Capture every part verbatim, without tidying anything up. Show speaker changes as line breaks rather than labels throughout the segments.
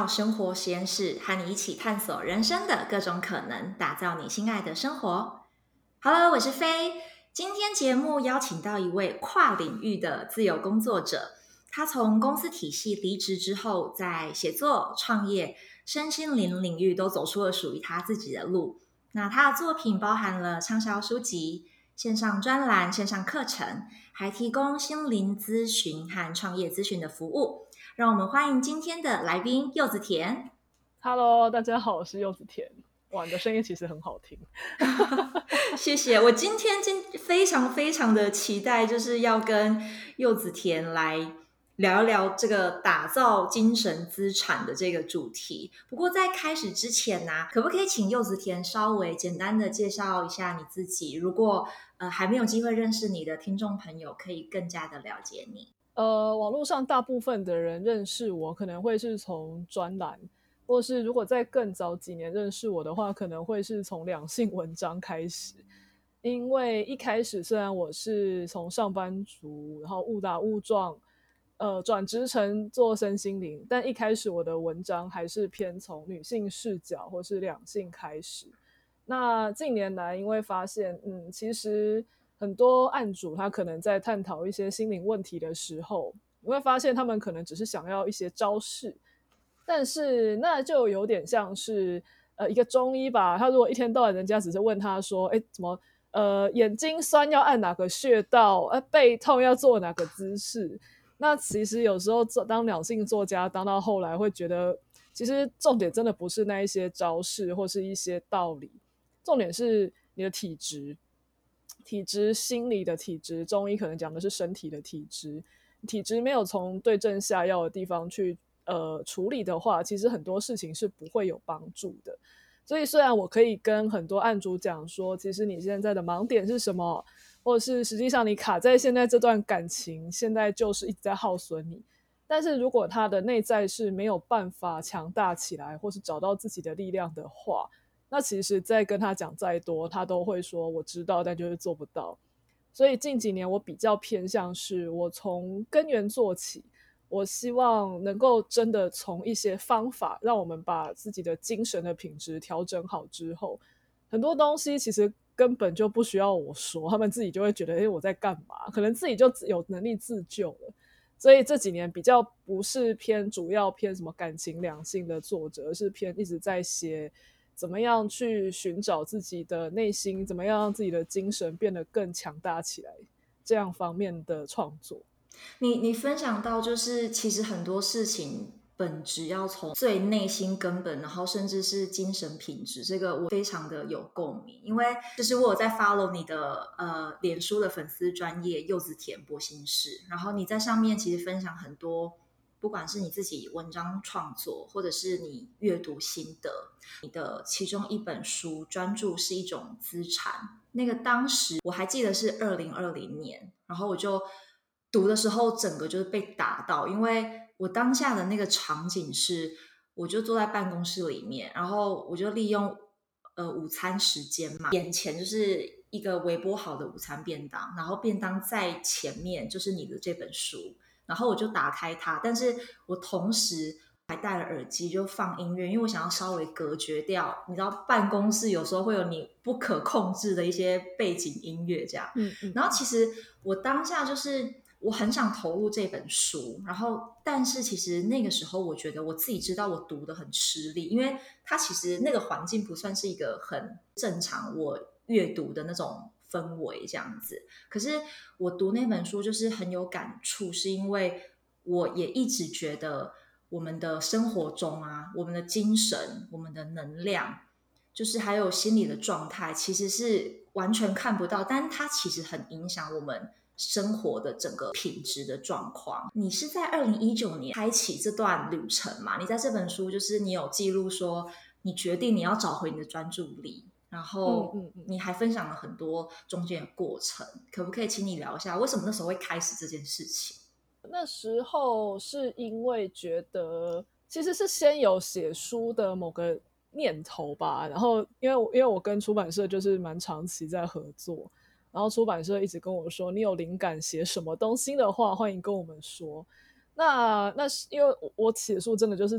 生活实验室，和你一起探索人生的各种可能，打造你心爱的生活。Hello， 我是飞。今天节目邀请到一位跨领域的自由工作者，他从公司体系离职之后，在写作、创业、身心灵领域都走出了属于他自己的路。那他的作品包含了畅销书籍、线上专栏、线上课程，还提供心灵咨询和创业咨询的服务。让我们欢迎今天的来宾柚子甜。
Hello， 大家好，我是柚子甜。哇，你的声音其实很好听。
谢谢。我今天今非常非常的期待，就是要跟柚子甜来聊一聊这个打造精神资产的这个主题。不过在开始之前呢、啊，可不可以请柚子甜稍微简单的介绍一下你自己？如果呃还没有机会认识你的听众朋友，可以更加的了解你。
呃，网络上大部分的人认识我，可能会是从专栏，或是如果在更早几年认识我的话，可能会是从两性文章开始。因为一开始虽然我是从上班族，然后误打误撞，呃，转职成做身心灵，但一开始我的文章还是偏从女性视角或是两性开始。那近年来，因为发现，嗯，其实很多案主他可能在探讨一些心灵问题的时候，你会发现他们可能只是想要一些招式，但是那就有点像是呃一个中医吧，他如果一天到晚人家只是问他说，哎，怎么呃眼睛酸要按哪个穴道，呃背痛要做哪个姿势，那其实有时候当两性作家当到后来会觉得，其实重点真的不是那一些招式或是一些道理，重点是你的体质。体质心理的体质，中医可能讲的是身体的体质，体质没有从对症下药的地方去呃处理的话，其实很多事情是不会有帮助的。所以虽然我可以跟很多案主讲说，其实你现在的盲点是什么，或者是实际上你卡在现在这段感情，现在就是一直在耗损你，但是如果他的内在是没有办法强大起来，或是找到自己的力量的话，那其实再跟他讲再多，他都会说我知道，但就是做不到。所以近几年我比较偏向是我从根源做起，我希望能够真的从一些方法，让我们把自己的精神的品质调整好之后，很多东西其实根本就不需要我说，他们自己就会觉得，哎，我在干嘛？可能自己就有能力自救了。所以这几年比较不是偏主要偏什么感情两性的作者，而是偏一直在写怎么样去寻找自己的内心，怎么样让自己的精神变得更强大起来，这样方面的创作。
你你分享到，就是其实很多事情本质要从最内心根本，然后甚至是精神品质，这个我非常的有共鸣。因为就是我有在 follow 你的呃脸书的粉丝专页柚子甜播心事，然后你在上面其实分享很多，不管是你自己文章创作，或者是你阅读心得，你的其中一本书专注是一种资产。那个当时我还记得是二零二零年，然后我就读的时候整个就是被打到，因为我当下的那个场景是，我就坐在办公室里面，然后我就利用呃午餐时间嘛，眼前就是一个微波好的午餐便当，然后便当在前面就是你的这本书，然后我就打开它，但是我同时还戴了耳机就放音乐，因为我想要稍微隔绝掉，你知道办公室有时候会有你不可控制的一些背景音乐这样，
嗯嗯嗯。
然后其实我当下就是我很想投入这本书，然后但是其实那个时候我觉得我自己知道我读得很吃力，因为它其实那个环境不算是一个很正常我阅读的那种氛围这样子。可是我读那本书就是很有感触，是因为我也一直觉得我们的生活中啊，我们的精神，我们的能量，就是还有心理的状态，其实是完全看不到，但它其实很影响我们生活的整个品质的状况。你是在二零一九年开启这段旅程嘛？你在这本书就是你有记录说，你决定你要找回你的专注力，然后
嗯嗯嗯。
你还分享了很多中间的过程，可不可以请你聊一下，为什么那时候会开始这件事情？
那时候是因为觉得其实是先有写书的某个念头吧，然后因为我因为我跟出版社就是蛮长期在合作，然后出版社一直跟我说，你有灵感写什么东西的话，欢迎跟我们说。那那是因为我写书真的就是在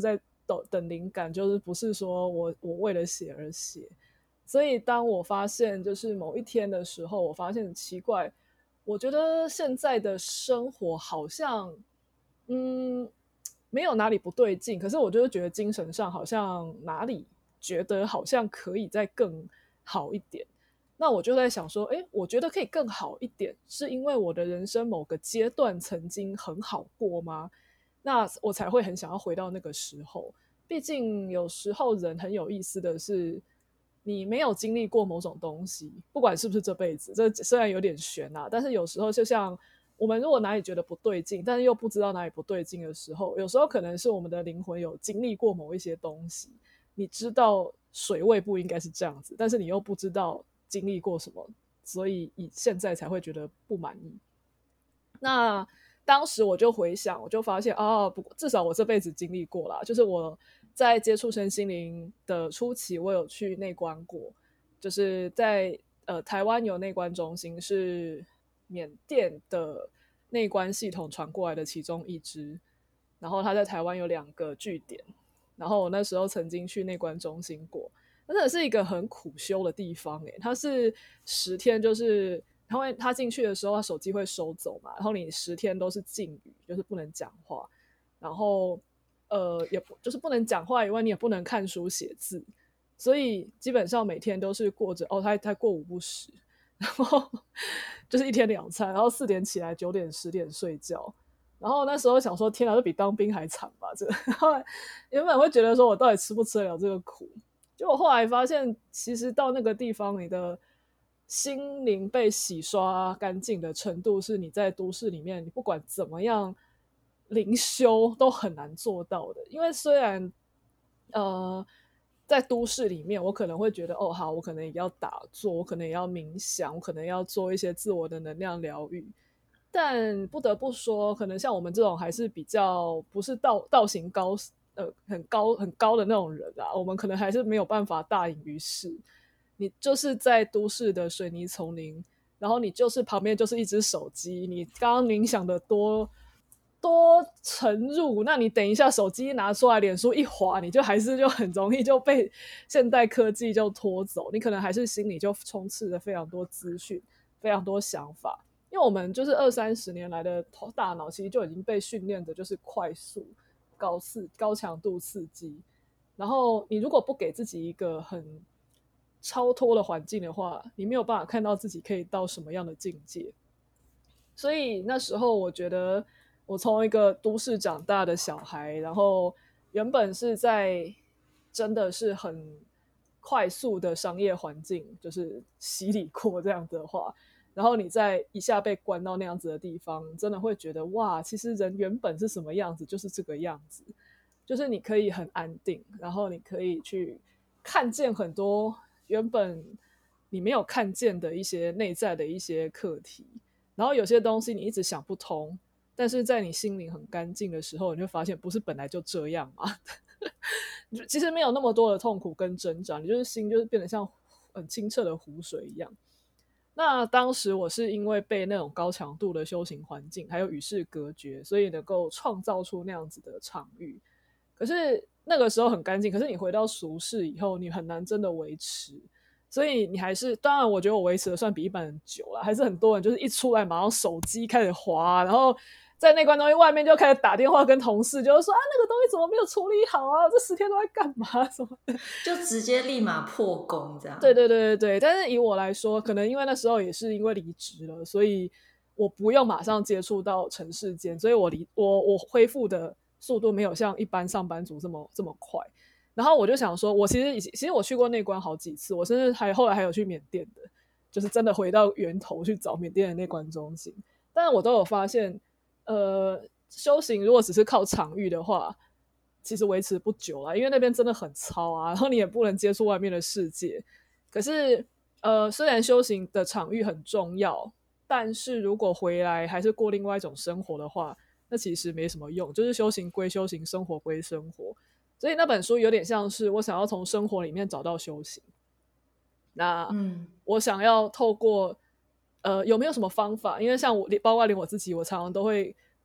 等等灵感，就是不是说我我为了写而写。所以当我发现就是某一天的时候，我发现很奇怪，我觉得现在的生活好像嗯没有哪里不对劲，可是我就是觉得精神上好像哪里觉得好像可以再更好一点。那我就在想说，诶，我觉得可以更好一点，是因为我的人生某个阶段曾经很好过吗？那我才会很想要回到那个时候。毕竟有时候人很有意思的是，你没有经历过某种东西，不管是不是这辈子，这虽然有点悬啊，但是有时候就像我们如果哪里觉得不对劲，但是又不知道哪里不对劲的时候，有时候可能是我们的灵魂有经历过某一些东西，你知道水位不应该是这样子，但是你又不知道经历过什么，所以以现在才会觉得不满意。那当时我就回想，我就发现啊，不，至少我这辈子经历过啦。就是我在接触身心灵的初期，我有去内观过，就是在呃台湾有内观中心，是缅甸的内观系统传过来的其中一支，然后他在台湾有两个据点，然后我那时候曾经去内观中心过，真的是一个很苦修的地方诶，它是十天就是。他会他进去的时候，他手机会收走嘛，然后你十天都是禁语，就是不能讲话，然后呃也不就是不能讲话以外，你也不能看书写字，所以基本上每天都是过着哦，他他过午不食，然后就是一天两餐，然后四点起来，九点十点睡觉。然后那时候想说，天啊，这比当兵还惨吧？这然后原本会觉得说我到底吃不吃得了这个苦，结果后来发现，其实到那个地方，你的心灵被洗刷干净的程度，是你在都市里面，你不管怎么样灵修都很难做到的。因为虽然呃在都市里面，我可能会觉得哦好，我可能也要打坐，我可能也要冥想，我可能要做一些自我的能量疗愈。但不得不说，可能像我们这种还是比较不是道道行高呃很高很高的那种人啊，我们可能还是没有办法大隐于世。你就是在都市的水泥丛林，然后你就是旁边就是一只手机，你刚刚冥想的多多沉入，那你等一下手机拿出来，脸书一滑，你就还是就很容易就被现代科技就拖走，你可能还是心里就充斥着非常多资讯，非常多想法。因为我们就是二三十年来的大脑，其实就已经被训练的就是快速、高刺、高强度刺激。然后你如果不给自己一个很超脱的环境的话，你没有办法看到自己可以到什么样的境界。所以那时候我觉得，我从一个都市长大的小孩，然后原本是在真的是很快速的商业环境，就是洗礼过这样子的话，然后你再一下被关到那样子的地方，真的会觉得哇，其实人原本是什么样子，就是这个样子。就是你可以很安定，然后你可以去看见很多原本你没有看见的一些内在的一些课题，然后有些东西你一直想不通，但是在你心灵很干净的时候，你就发现不是本来就这样嘛。其实没有那么多的痛苦跟挣扎，你就是心就是变得像很清澈的湖水一样。那当时我是因为被那种高强度的修行环境还有与世隔绝，所以能够创造出那样子的场域。可是那个时候很干净，可是你回到俗世以后，你很难真的维持，所以你还是，当然我觉得我维持的算比一般人久了，还是很多人就是一出来马上手机开始滑，然后在内观中心外面就开始打电话跟同事，就是说啊那个东西怎么没有处理好啊，这十天都在干嘛什么的，
就直接立马破功这样。
对对对对对，但是以我来说，可能因为那时候也是因为离职了，所以我不用马上接触到尘世间，所以我离我我恢复的速度没有像一般上班族这么这么快。然后我就想说，我其实其实我去过内观好几次，我甚至还后来还有去缅甸的，就是真的回到源头去找缅甸的内观中心。但是我都有发现，呃，修行如果只是靠场域的话，其实维持不久啦，因为那边真的很糙啊，然后你也不能接触外面的世界。可是，呃，虽然修行的场域很重要，但是如果回来还是过另外一种生活的话，那其实没什么用。就是修行归修行，生活归生活。所以那本书有点像是我想要从生活里面找到修行。那
嗯，
我想要透过呃有没有什么方法？因为像我，包括连我自己，我常常都会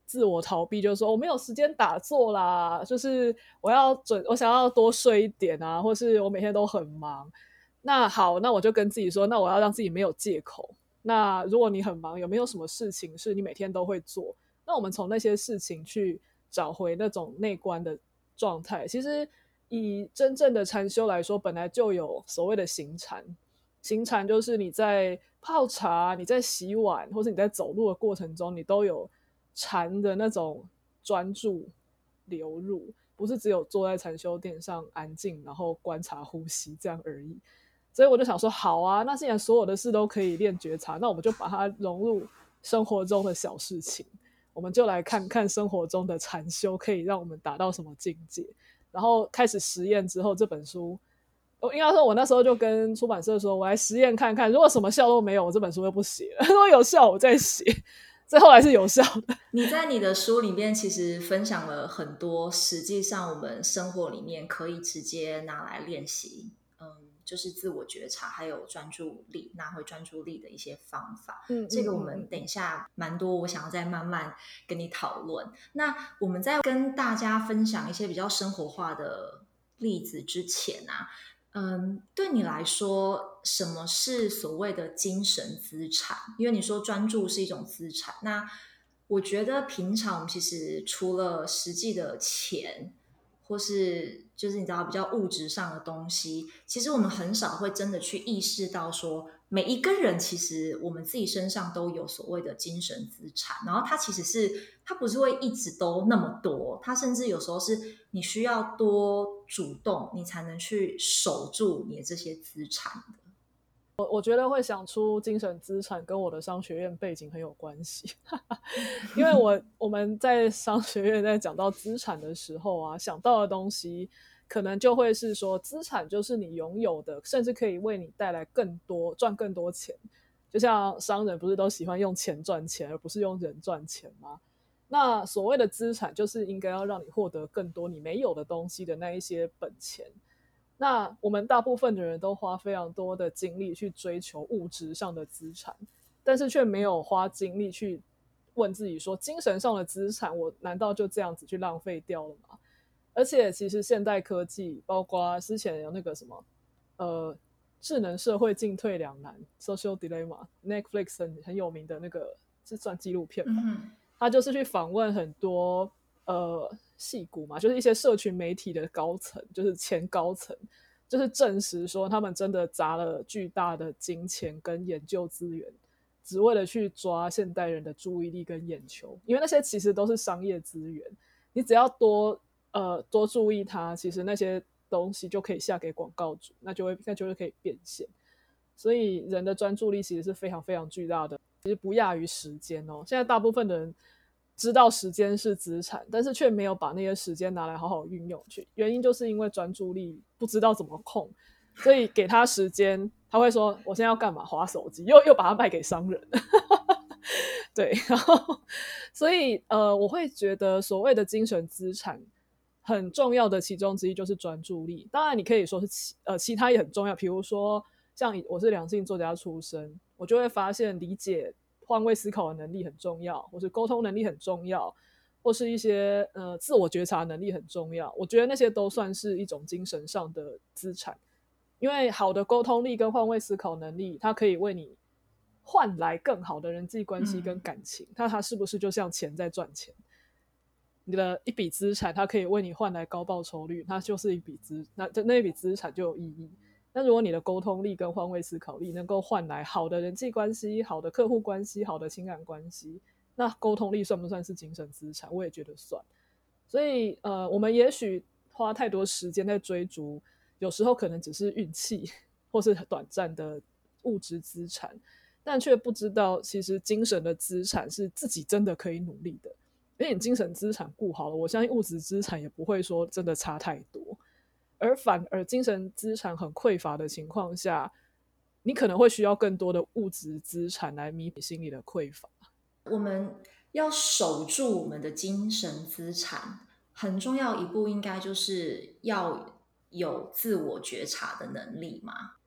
自我逃避，就是说我没有时间打坐啦，就是我要准我想要多睡一点啊，或是我每天都很忙。那好，那我就跟自己说，那我要让自己没有借口。那如果你很忙，有没有什么事情是你每天都会做？那我们从那些事情去找回那种内观的状态。其实以真正的禅修来说，本来就有所谓的行禅。行禅就是你在泡茶、你在洗碗，或是你在走路的过程中，你都有禅的那种专注流入，不是只有坐在禅修垫上安静，然后观察呼吸这样而已。所以我就想说，好啊，那既然所有的事都可以练觉察，那我们就把它融入生活中的小事情，我们就来看看生活中的禅修可以让我们达到什么境界。然后开始实验之后，这本书，我应该说，我那时候就跟出版社说，我来实验看看，如果什么效都没有，我这本书就不写了；如果有效，我再写。最后还是有效的。
你在你的书里面其实分享了很多，实际上我们生活里面可以直接拿来练习，嗯，就是自我觉察，还有专注力，拿回专注力的一些方法。
嗯，
这个我们等一下蛮多，我想要再慢慢跟你讨论。那我们在跟大家分享一些比较生活化的例子之前啊，嗯，对你来说，什么是所谓的精神资产？因为你说专注是一种资产，那我觉得平常我们其实除了实际的钱，或是就是你知道比较物质上的东西，其实我们很少会真的去意识到说，每一个人其实我们自己身上都有所谓的精神资产，然后它其实是它不是会一直都那么多，它甚至有时候是你需要多主动，你才能去守住你的这些资产的。
我我觉得会想出精神资产跟我的商学院背景很有关系。因为我我们在商学院在讲到资产的时候啊，想到的东西可能就会是说，资产就是你拥有的，甚至可以为你带来更多赚更多钱。就像商人不是都喜欢用钱赚钱，而不是用人赚钱吗？那所谓的资产就是应该要让你获得更多你没有的东西的那一些本钱。那我们大部分的人都花非常多的精力去追求物质上的资产，但是却没有花精力去问自己说，精神上的资产我难道就这样子去浪费掉了吗？而且其实现代科技包括之前有那个什么呃智能社会进退两难 social dilemma Netflix 很很有名的那个是算纪录片吧，
嗯，
他就是去访问很多呃矽谷嘛，就是一些社群媒体的高层，就是前高层，就是证实说他们真的砸了巨大的金钱跟研究资源，只为了去抓现代人的注意力跟眼球，因为那些其实都是商业资源，你只要多呃多注意它，其实那些东西就可以下给广告主，那就会那就会可以变现。所以人的专注力其实是非常非常巨大的，其实不亚于时间哦。现在大部分的人知道时间是资产，但是却没有把那些时间拿来好好运用去，原因就是因为专注力不知道怎么控，所以给他时间，他会说我现在要干嘛？滑手机，又又把它卖给商人。对，然后所以呃，我会觉得所谓的精神资产很重要的其中之一就是专注力。当然，你可以说是其呃其他也很重要，比如说像我是两性作家出身，我就会发现理解换位思考的能力很重要，或是沟通能力很重要，或是一些呃自我觉察能力很重要。我觉得那些都算是一种精神上的资产，因为好的沟通力跟换位思考能力，它可以为你换来更好的人际关系跟感情。那、嗯、它是不是就像钱在赚钱？你的一笔资产，它可以为你换来高报酬率，它就是一笔资，那那一笔资产就有意义。那如果你的沟通力跟换位思考力能够换来好的人际关系、好的客户关系、好的情感关系，那沟通力算不算是精神资产？我也觉得算。所以，呃，我们也许花太多时间在追逐，有时候可能只是运气，或是短暂的物质资产，但却不知道，其实精神的资产是自己真的可以努力的。因为你精神资产顾好了，我相信物质资产也不会说真的差太多。而反而精神资产很匮乏的情况下，你可能会需要更多的物质资产来弥补心理的匮乏。
我们要守住我们的精神资产，很重要一步应该就是要有自我觉察的能力嘛。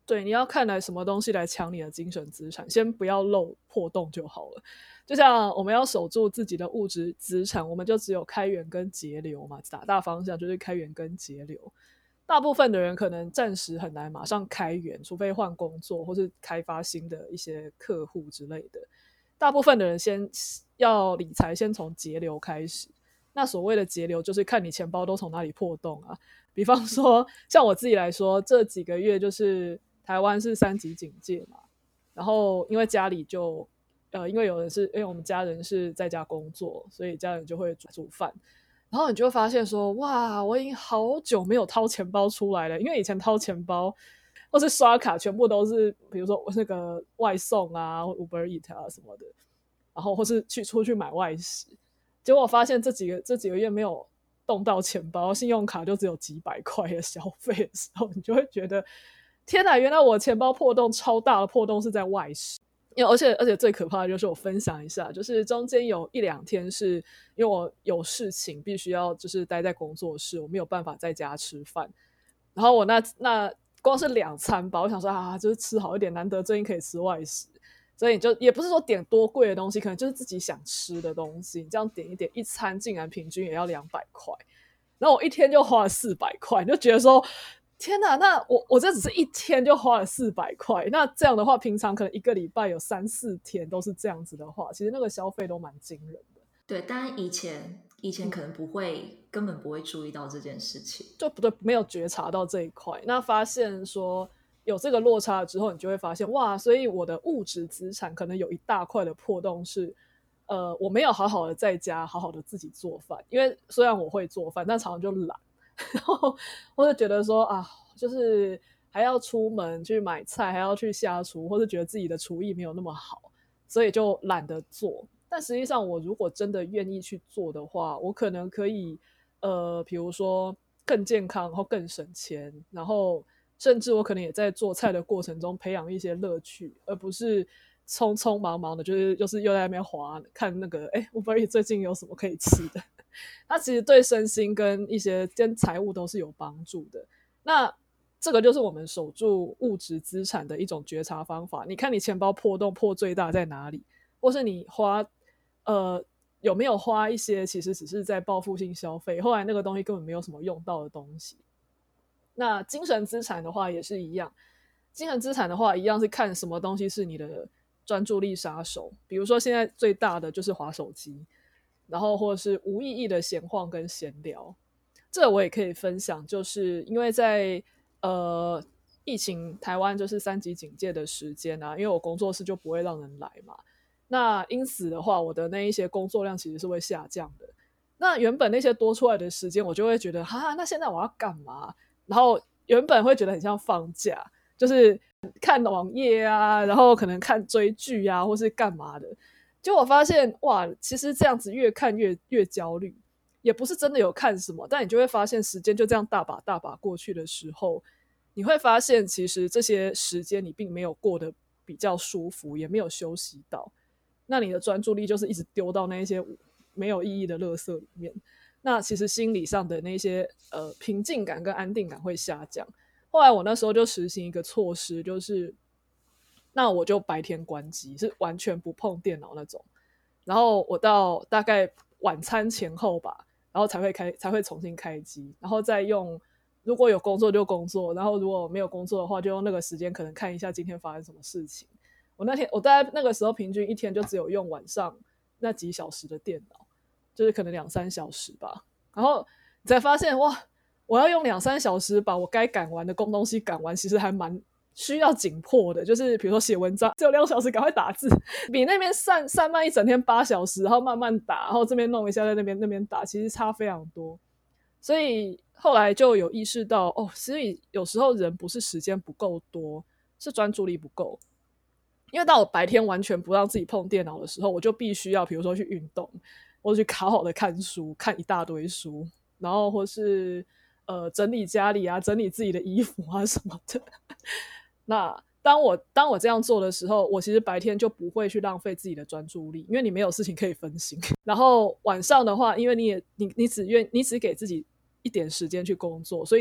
对，你要看来什么东西来抢你的精神资产，先不要漏破洞就好了。就像我们要守住自己的物质资产，我们就只有开源跟节流嘛，打大方向就是开源跟节流。大部分的人可能暂时很难马上开源，除非换工作或是开发新的一些客户之类的。大部分的人先要理财，先从节流开始。那所谓的节流，就是看你钱包都从哪里破洞啊。比方说，像我自己来说，这几个月就是台湾是三级警戒嘛，然后因为家里就呃，因为有人是因为我们家人是在家工作，所以家人就会煮煮饭。然后你就会发现说，哇，我已经好久没有掏钱包出来了，因为以前掏钱包或是刷卡全部都是比如说那个外送啊 Uber Eat 啊什么的，然后或是去出去买外食。结果我发现这几个这几个月没有动到钱包，信用卡就只有几百块的消费的时候，你就会觉得天哪，原来我钱包破洞超大的破洞是在外食。因为而且而且最可怕的就是我分享一下，就是中间有一两天是因为我有事情必须要就是待在工作室，我没有办法在家吃饭，然后我那那光是两餐吧，我想说啊，就是吃好一点，难得最近可以吃外食，所以你就也不是说点多贵的东西，可能就是自己想吃的东西，你这样点一点，一餐竟然平均也要两百块，然后我一天就花了四百块，你就觉得说天哪，那我我这只是一天就花了四百块，那这样的话，平常可能一个礼拜有三四天都是这样子的话，其实那个消费都蛮惊人的。
对，但以前以前可能不会、嗯、根本不会注意到这件事情，
就不对，没有觉察到这一块。那发现说有这个落差之后，你就会发现哇，所以我的物质资产可能有一大块的破洞是，呃，我没有好好的在家好好的自己做饭，因为虽然我会做饭，但常常就懒。然后我就觉得说啊，就是还要出门去买菜，还要去下厨，或是觉得自己的厨艺没有那么好，所以就懒得做。但实际上，我如果真的愿意去做的话，我可能可以，呃，比如说更健康，然后更省钱，然后甚至我可能也在做菜的过程中培养一些乐趣，而不是匆匆忙忙的，就是就是又在那边滑看那个，哎，我不知道最近有什么可以吃的。它其实对身心跟一些跟财务都是有帮助的。那这个就是我们守住物质资产的一种觉察方法。你看你钱包破洞破最大在哪里，或是你花呃有没有花一些其实只是在报复性消费，后来那个东西根本没有什么用到的东西。那精神资产的话也是一样，精神资产的话一样是看什么东西是你的专注力杀手。比如说现在最大的就是滑手机，然后或者是无意义的闲晃跟闲聊。这个我也可以分享，就是因为在呃疫情台湾就是三级警戒的时间啊，因为我工作室就不会让人来嘛，那因此的话我的那一些工作量其实是会下降的。那原本那些多出来的时间我就会觉得哈，那现在我要干嘛，然后原本会觉得很像放假，就是看网页啊，然后可能看追剧啊或是干嘛的，结果我发现哇，其实这样子越看越越焦虑，也不是真的有看什么，但你就会发现时间就这样大把大把过去的时候，你会发现其实这些时间你并没有过得比较舒服，也没有休息到，那你的专注力就是一直丢到那些没有意义的垃圾里面，那其实心理上的那些呃平静感跟安定感会下降。后来我那时候就实行一个措施，就是那我就白天关机，是完全不碰电脑那种，然后我到大概晚餐前后吧，然后才会开才会重新开机，然后再用如果有工作就工作，然后如果没有工作的话就用那个时间可能看一下今天发生什么事情。我那天我大概那个时候平均一天就只有用晚上那几小时的电脑，就是可能两三小时吧，然后你才发现哇，我要用两三小时把我该赶完的工东西赶完，其实还蛮需要紧迫的，就是比如说写文章只有两小时赶快打字，比那边散散漫一整天八小时然后慢慢打，然后这边弄一下在那边那边打，其实差非常多。所以后来就有意识到哦，所以有时候人不是时间不够多，是专注力不够。因为当我白天完全不让自己碰电脑的时候，我就必须要比如说去运动，或者去好好的看书，看一大堆书，然后或是呃整理家里啊，整理自己的衣服啊什么的。那当我当我这样做的时候，我其实白天就不会去浪费自己的专注力，因为你没有事情可以分心。然后晚上的话，因为你也你你只愿你只给自己一点时间去工作，所以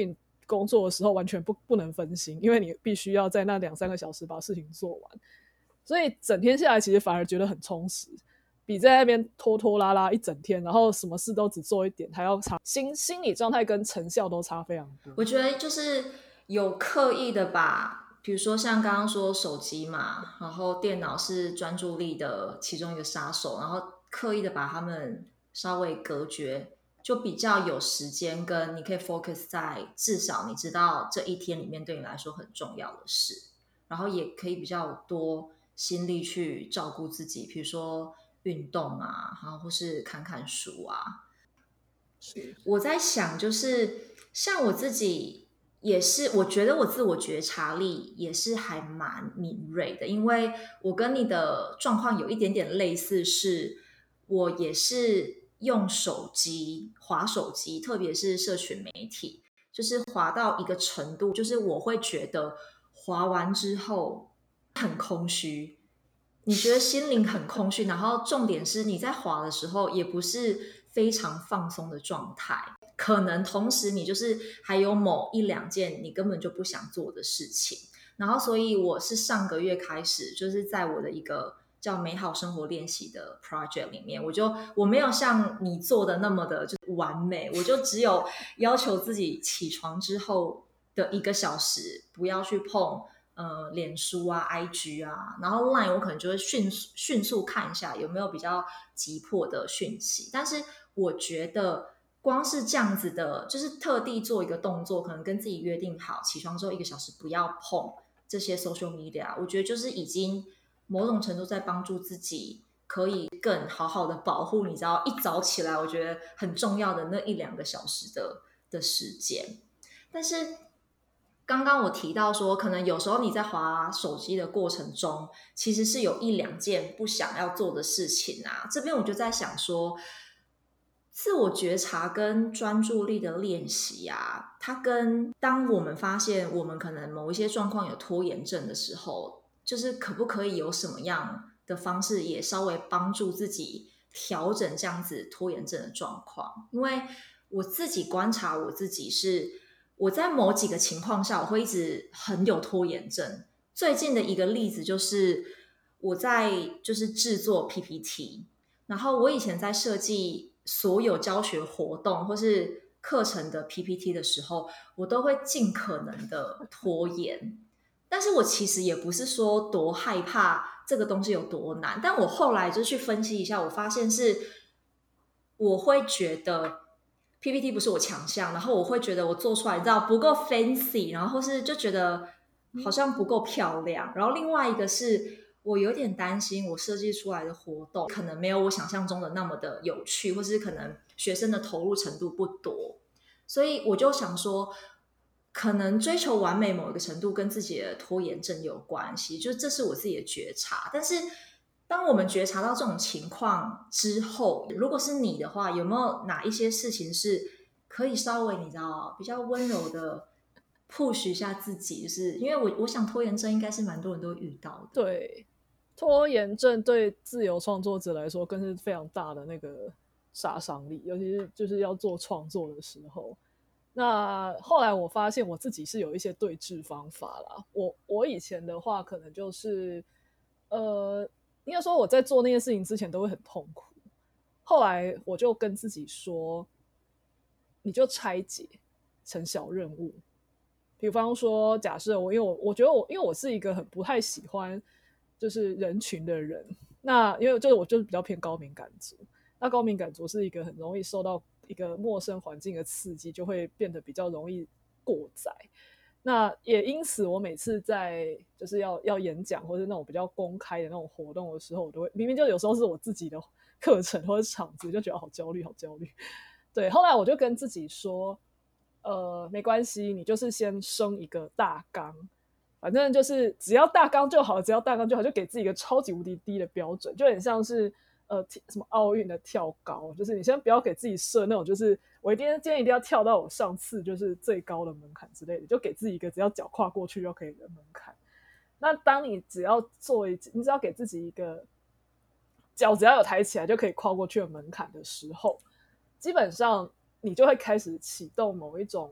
工作的时候完全不不能分心，因为你必须要在那两三个小时把事情做完，所以整天下来其实反而觉得很充实，比在那边拖拖拉拉一整天，然后什么事都只做一点，还要差心心理状态跟成效都差非常多。
我觉得就是有刻意的把，比如说像刚刚说手机嘛，然后电脑是专注力的其中一个杀手，然后刻意的把他们稍微隔绝，就比较有时间跟你可以 focus 在至少你知道这一天里面对你来说很重要的事，然后也可以比较多心力去照顾自己，比如说运动啊，然后或是看看书啊。
是
我在想，就是像我自己也是，我觉得我自我觉察力也是还蛮敏锐的，因为我跟你的状况有一点点类似，是我也是用手机滑手机，特别是社群媒体，就是滑到一个程度，就是我会觉得滑完之后很空虚，你觉得心灵很空虚，然后重点是你在滑的时候也不是非常放松的状态，可能同时你就是还有某一两件你根本就不想做的事情，然后所以我是上个月开始，就是在我的一个叫美好生活练习的 project 里面，我就我没有像你做的那么的就完美，我就只有要求自己起床之后的一个小时不要去碰呃，脸书啊 I G 啊，然后 Line 我可能就会迅速迅速看一下有没有比较急迫的讯息，但是我觉得光是这样子的，就是特地做一个动作，可能跟自己约定好起床之后一个小时不要碰这些 social media， 我觉得就是已经某种程度在帮助自己可以更好好的保护，你知道一早起来我觉得很重要的那一两个小时的的时间。但是刚刚我提到说，可能有时候你在滑手机的过程中，其实是有一两件不想要做的事情啊。这边我就在想说，自我觉察跟专注力的练习啊，它跟当我们发现我们可能某一些状况有拖延症的时候，就是可不可以有什么样的方式，也稍微帮助自己调整这样子拖延症的状况？因为我自己观察我自己是。我在某几个情况下，我会一直很有拖延症。最近的一个例子就是我在就是制作 P P T， 然后我以前在设计所有教学活动或是课程的 P P T 的时候，我都会尽可能的拖延。但是我其实也不是说多害怕这个东西有多难，但我后来就去分析一下，我发现是我会觉得P P T 不是我强项，然后我会觉得我做出来，你知道不够 fancy， 然后是就觉得好像不够漂亮。然后另外一个是我有点担心，我设计出来的活动可能没有我想象中的那么的有趣，或是可能学生的投入程度不多，所以我就想说，可能追求完美某一个程度跟自己的拖延症有关系，就是这是我自己的觉察，但是。当我们觉察到这种情况之后，如果是你的话，有没有哪一些事情是可以稍微你知道比较温柔的 push 一下自己？就是因为我我想拖延症应该是蛮多人都会遇到的。
对，拖延症对自由创作者来说更是非常大的那个杀伤力，尤其是就是要做创作的时候。那后来我发现我自己是有一些对治方法啦。我我以前的话可能就是呃。应该说我在做那件事情之前都会很痛苦，后来我就跟自己说，你就拆解成小任务。比方说，假设我因为我我觉得我因为我是一个很不太喜欢就是人群的人，那因为就是我就是比较偏高敏感族，那高敏感族是一个很容易受到一个陌生环境的刺激，就会变得比较容易过载。那也因此，我每次在就是要要演讲或者那种比较公开的那种活动的时候，我都会明明就有时候是我自己的课程或者场子，就觉得好焦虑，好焦虑。对，后来我就跟自己说，呃，没关系，你就是先生一个大纲，反正就是只要大纲就好，只要大纲就好，就给自己一个超级无敌低的标准，就很像是呃什么奥运的跳高，就是你先不要给自己设那种就是我一定今天一定要跳到我上次就是最高的门槛之类的，就给自己一个只要脚跨过去就可以的门槛。那当你只要做一，你只要给自己一个脚只要有抬起来就可以跨过去的门槛的时候，基本上你就会开始启动某一种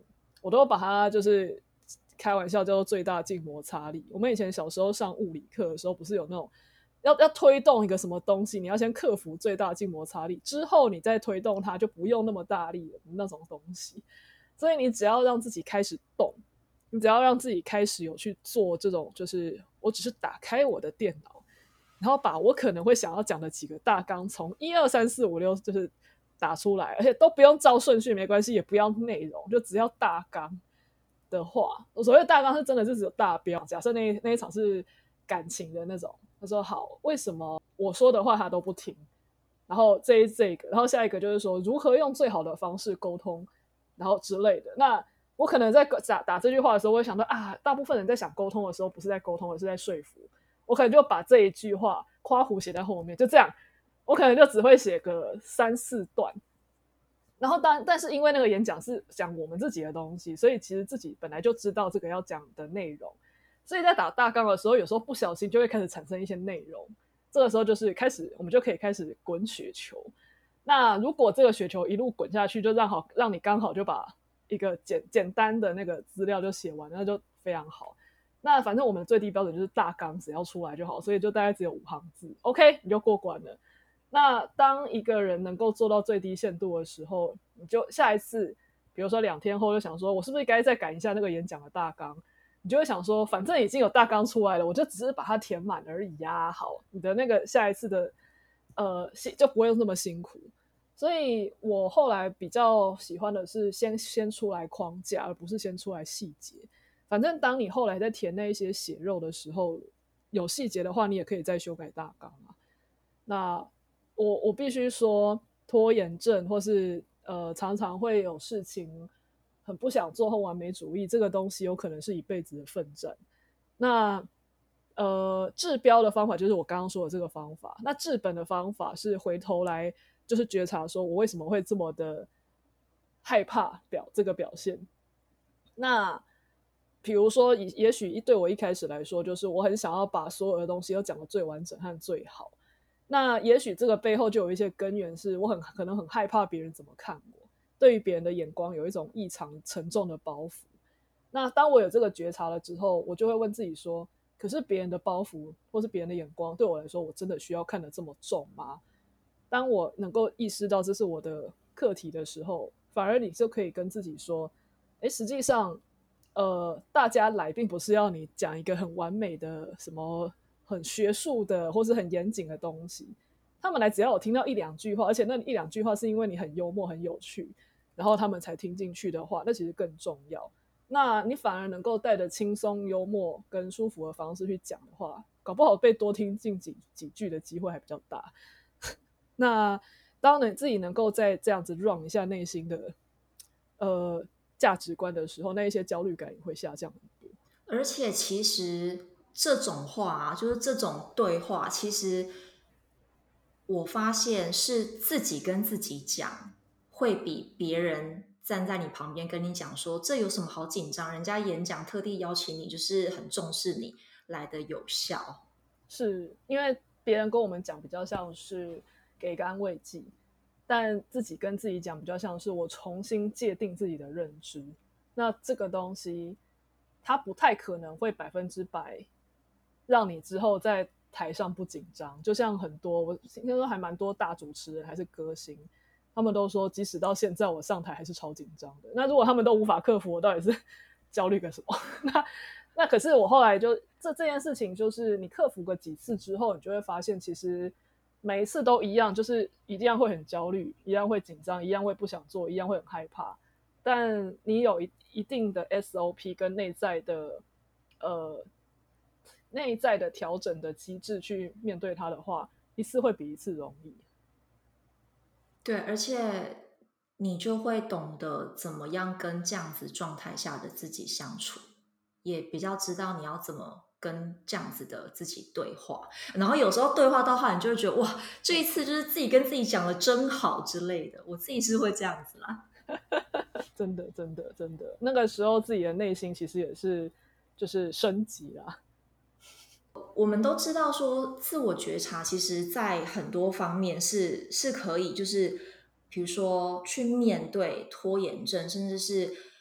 我都把它就是开玩笑叫做最大静摩擦力。我们以前小时候上物理课的时候，不是有那种要要推动一个什么东西，你要先克服最大静摩擦力，之后你再推动它就不用那么大力了那种东西。所以你只要让自己开始动，你只要让自己开始有去做这种，就是我只是打开我的电脑，然后把我可能会想要讲的几个大纲从一二三四五六就是打出来，而且都不用照顺序没关系，也不要内容，就只要大纲的话，我所谓的大纲是真的是只有大标。假设那那一场是感情的那种，他说好，为什么我说的话他都不听？然后这一这个，然后下一个就是说如何用最好的方式沟通，然后之类的。那我可能在打打这句话的时候，我会想到啊，大部分人在想沟通的时候，不是在沟通，而是在说服。我可能就把这一句话夸弧写在后面，就这样。我可能就只会写个三四段。然后当但是因为那个演讲是讲我们自己的东西，所以其实自己本来就知道这个要讲的内容，所以在打大纲的时候，有时候不小心就会开始产生一些内容。这个时候就是开始，我们就可以开始滚雪球。那如果这个雪球一路滚下去，就让好让你刚好就把一个简简单的那个资料就写完，那就非常好。那反正我们的最低标准就是大纲只要出来就好，所以就大概只有五行字 ，OK 你就过关了。那当一个人能够做到最低限度的时候，你就下一次，比如说两天后就想说，我是不是该再改一下那个演讲的大纲？你就会想说，反正已经有大纲出来了，我就只是把它填满而已呀、啊。好，你的那个下一次的呃就不会那么辛苦。所以我后来比较喜欢的是先先出来框架，而不是先出来细节。反正当你后来在填那一些血肉的时候，有细节的话，你也可以再修改大纲嘛。那我我必须说，拖延症或是呃常常会有事情很不想做和完美主义，这个东西有可能是一辈子的奋战。那呃治标的方法就是我刚刚说的这个方法，那治本的方法是回头来就是觉察说我为什么会这么的害怕表这个表现。那比如说也许对我一开始来说，就是我很想要把所有的东西都讲得最完整和最好。那也许这个背后就有一些根源，是我很可能很害怕别人怎么看我，对于别人的眼光有一种异常沉重的包袱。那当我有这个觉察了之后，我就会问自己说，可是别人的包袱或是别人的眼光对我来说，我真的需要看得这么重吗？当我能够意识到这是我的课题的时候，反而你就可以跟自己说，诶，实际上呃，大家来并不是要你讲一个很完美的什么很学术的或是很严谨的东西，他们来只要有听到一两句话，而且那一两句话是因为你很幽默很有趣，然后他们才听进去的话，那其实更重要。那你反而能够带着轻松幽默跟舒服的方式去讲的话，搞不好被多听进 几, 几句的机会还比较大。那当你自己能够在这样子 run 一下内心的呃价值观的时候，那一些焦虑感也会下降很多。
而且其实这种话啊，就是这种对话，其实我发现是自己跟自己讲，会比别人站在你旁边跟你讲说这有什么好紧张，人家演讲特地邀请你，就是很重视你，来的有效。
是因为别人跟我们讲比较像是给一个安慰剂，但自己跟自己讲比较像是我重新界定自己的认知。那这个东西它不太可能会百分之百让你之后在台上不紧张。就像很多我听说还蛮多大主持人还是歌星，他们都说即使到现在我上台还是超紧张的。那如果他们都无法克服，我到底是焦虑个什么？那那可是我后来就这这件事情，就是你克服个几次之后，你就会发现其实每一次都一样，就是一样会很焦虑，一样会紧张，一样会不想做，一样会很害怕。但你有 一, 一定的 S O P 跟内在的呃内在的调整的机制去面对它的话，一次会比一次容易。
对，而且你就会懂得怎么样跟这样子状态下的自己相处，也比较知道你要怎么跟这样子的自己对话。然后有时候对话到后来，你就会觉得哇，这一次就是自己跟自己讲的真好之类的。我自己是会这样子啦。
真的真的真的，那个时候自己的内心其实也是就是升级啦。
我们都知道说自我觉察其实在很多方面是是可以，就是比如说去面对拖延症，甚至是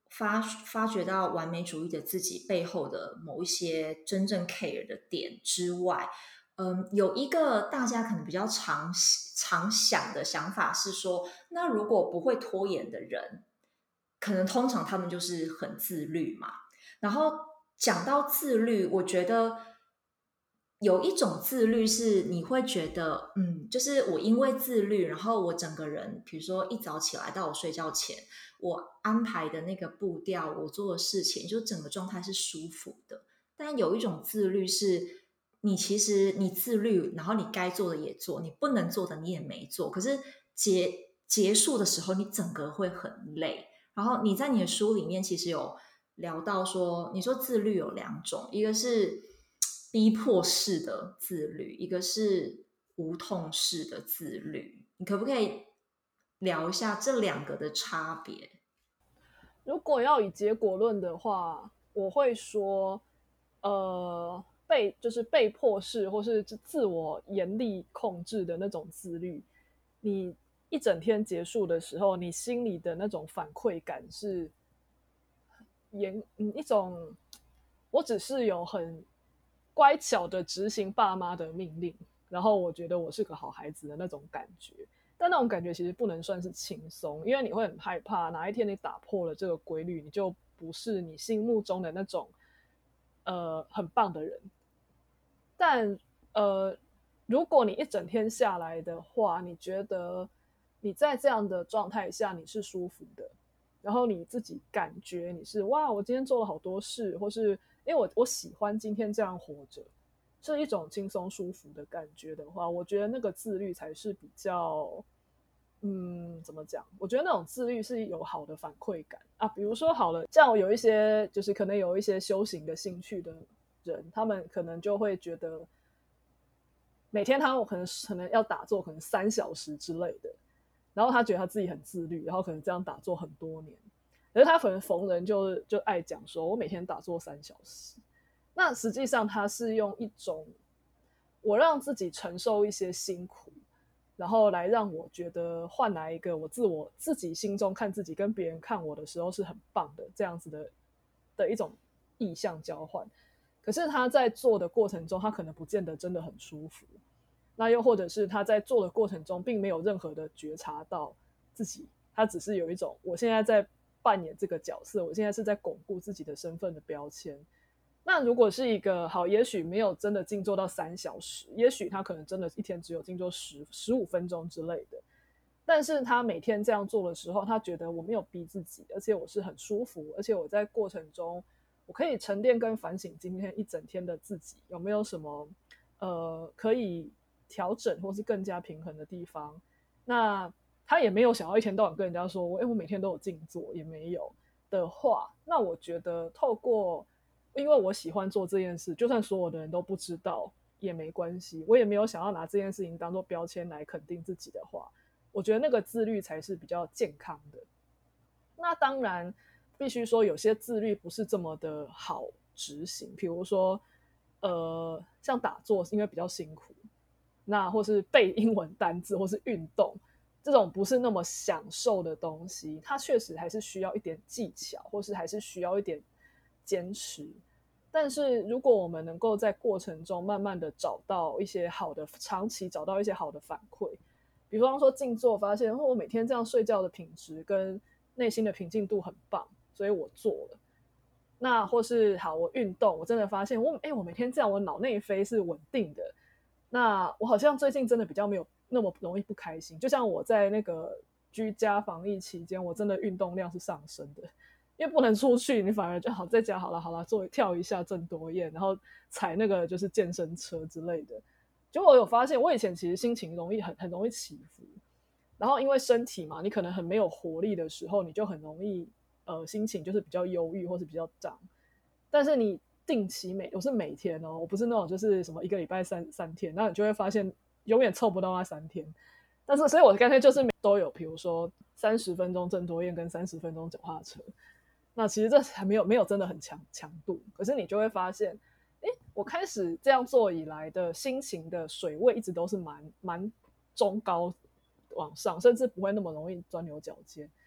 发发掘到完美主义的自己背后的某一些真正 care 的点之外，嗯，有一个大家可能比较常常想的想法是说，那如果不会拖延的人，可能通常他们就是很自律嘛。然后讲到自律，我觉得有一种自律是你会觉得，嗯，就是我因为自律，然后我整个人，比如说一早起来到我睡觉前，我安排的那个步调，我做的事情，就整个状态是舒服的。但有一种自律是，你其实你自律，然后你该做的也做，你不能做的你也没做，可是结结束的时候，你整个会很累。然后你在你的书里面其实有聊到说，你说自律有两种，一个是逼迫式的自律，一个是无痛式的自律。你可不可以聊一下这两个的差别？
如果要以结果论的话，我会说，呃，被就是被迫式或是自我严厉控制的那种自律，你一整天结束的时候，你心里的那种反馈感是严嗯一种，我只是有很乖巧的执行爸妈的命令，然后我觉得我是个好孩子的那种感觉。但那种感觉其实不能算是轻松，因为你会很害怕哪一天你打破了这个规律，你就不是你心目中的那种呃很棒的人。但呃，如果你一整天下来的话，你觉得你在这样的状态下你是舒服的，然后你自己感觉你是哇，我今天做了好多事，或是因为我我喜欢今天这样活着，是一种轻松舒服的感觉的话，我觉得那个自律才是比较，嗯，怎么讲？我觉得那种自律是有好的反馈感啊。比如说好了，像我有一些就是可能有一些修行的兴趣的人，他们可能就会觉得每天他可能可能要打坐，可能三小时之类的，然后他觉得他自己很自律，然后可能这样打坐很多年。可是他可能逢人就就爱讲说，我每天打坐三小时。那实际上他是用一种我让自己承受一些辛苦，然后来让我觉得换来一个我自我自己心中看自己跟别人看我的时候是很棒的这样子的的一种意向交换。可是他在做的过程中，他可能不见得真的很舒服。那又或者是他在做的过程中，并没有任何的觉察到自己，他只是有一种我现在在扮演这个角色，我现在是在巩固自己的身份的标签。那如果是一个好，也许没有真的静坐到三小时，也许他可能真的一天只有静坐十十五分钟之类的，但是他每天这样做的时候，他觉得我没有逼自己，而且我是很舒服，而且我在过程中我可以沉淀跟反省今天一整天的自己有没有什么呃可以调整或是更加平衡的地方。那他也没有想要一天到晚跟人家说，哎，我每天都有静坐，也没有的话，那我觉得透过因为我喜欢做这件事，就算所有的人都不知道也没关系，我也没有想要拿这件事情当做标签来肯定自己的话，我觉得那个自律才是比较健康的。那当然必须说有些自律不是这么的好执行，比如说呃，像打坐因为比较辛苦，那或是背英文单字或是运动这种不是那么享受的东西，它确实还是需要一点技巧，或是还是需要一点坚持。但是如果我们能够在过程中慢慢的找到一些好的，长期找到一些好的反馈，比方说静坐发现、哦、我每天这样睡觉的品质跟内心的平静度很棒，所以我做了。那或是好，我运动，我真的发现我哎，我每天这样，我脑内啡是稳定的。那我好像最近真的比较没有那么容易不开心，就像我在那个居家防疫期间，我真的运动量是上升的，因为不能出去，你反而就好在家好了好了，做跳一下郑多燕，然后踩那个就是健身车之类的。结果我有发现，我以前其实心情容易很很容易起伏，然后因为身体嘛，你可能很没有活力的时候，你就很容易呃心情就是比较忧郁或是比较脏。但是你定期每我是每天哦，我不是那种就是什么一个礼拜三三天，那你就会发现永远凑不到那三天。但是所以我干脆就是都有，比如说三十分钟郑多燕跟三十分钟脚踏车。那其实这还没有没有真的很强强度，可是你就会发现，哎，我开始这样做以来的心情的水位一直都是蛮蛮中高往上，甚至不会那么容易钻牛角尖。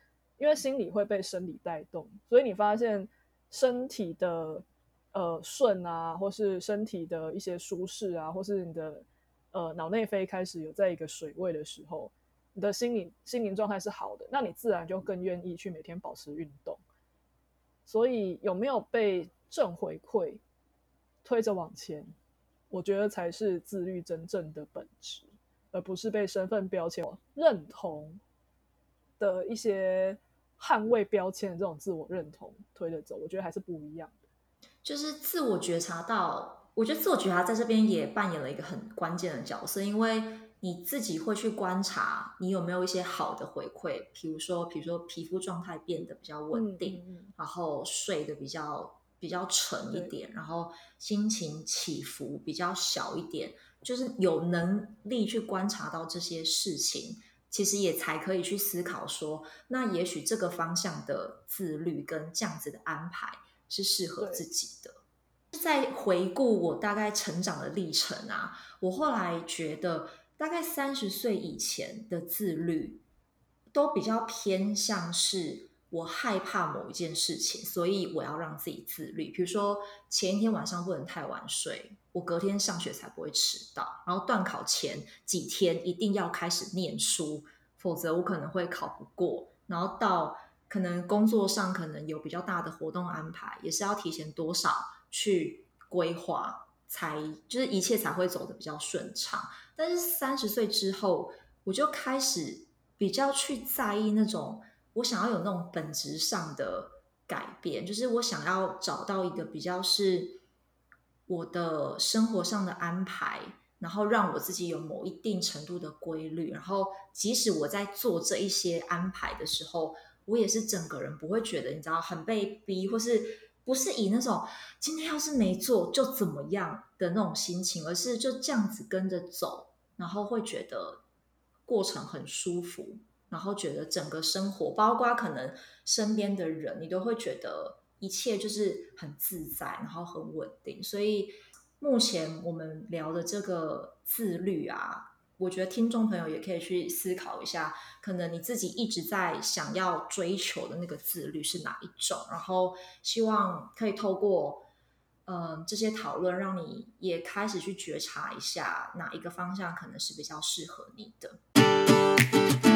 因为心理会被生理带动，所以你发现身体的呃顺啊，或是身体的一些舒适啊，或是你的呃脑内啡开始有在一个水位的时候，你的心理心灵状态是好的，那你自然就更愿意去每天保持运动。所以有没有被正回馈推着往前，我觉得才是自律真正的本质，而不是被身份标签认同的一些捍卫标签的这种自我认同推着走，我觉得还是不一样的。
就是自我觉察到，我觉得自我觉察在这边也扮演了一个很关键的角色，因为你自己会去观察你有没有一些好的回馈，比如说，比如说皮肤状态变得比较稳定，
嗯嗯嗯，
然后睡得比较比较沉一点，然后心情起伏比较小一点，就是有能力去观察到这些事情，其实也才可以去思考说，那也许这个方向的自律跟这样子的安排是适合自己的。在回顾我大概成长的历程啊，我后来觉得大概三十岁以前的自律都比较偏向是我害怕某一件事情，所以我要让自己自律。比如说前一天晚上不能太晚睡，我隔天上学才不会迟到，然后段考前几天一定要开始念书，否则我可能会考不过。然后到可能工作上可能有比较大的活动安排，也是要提前多少去规划，才就是一切才会走得比较顺畅。但是三十岁之后，我就开始比较去在意那种我想要有那种本质上的改变，就是我想要找到一个比较是我的生活上的安排，然后让我自己有某一定程度的规律，然后即使我在做这一些安排的时候，我也是整个人不会觉得你知道很被逼，或是不是以那种今天要是没做就怎么样的那种心情，而是就这样子跟着走，然后会觉得过程很舒服，然后觉得整个生活包括可能身边的人你都会觉得一切就是很自在，然后很稳定。所以目前我们聊的这个自律啊，我觉得听众朋友也可以去思考一下，可能你自己一直在想要追求的那个自律是哪一种，然后希望可以透过嗯这些讨论，让你也开始去觉察一下哪一个方向可能是比较适合你的。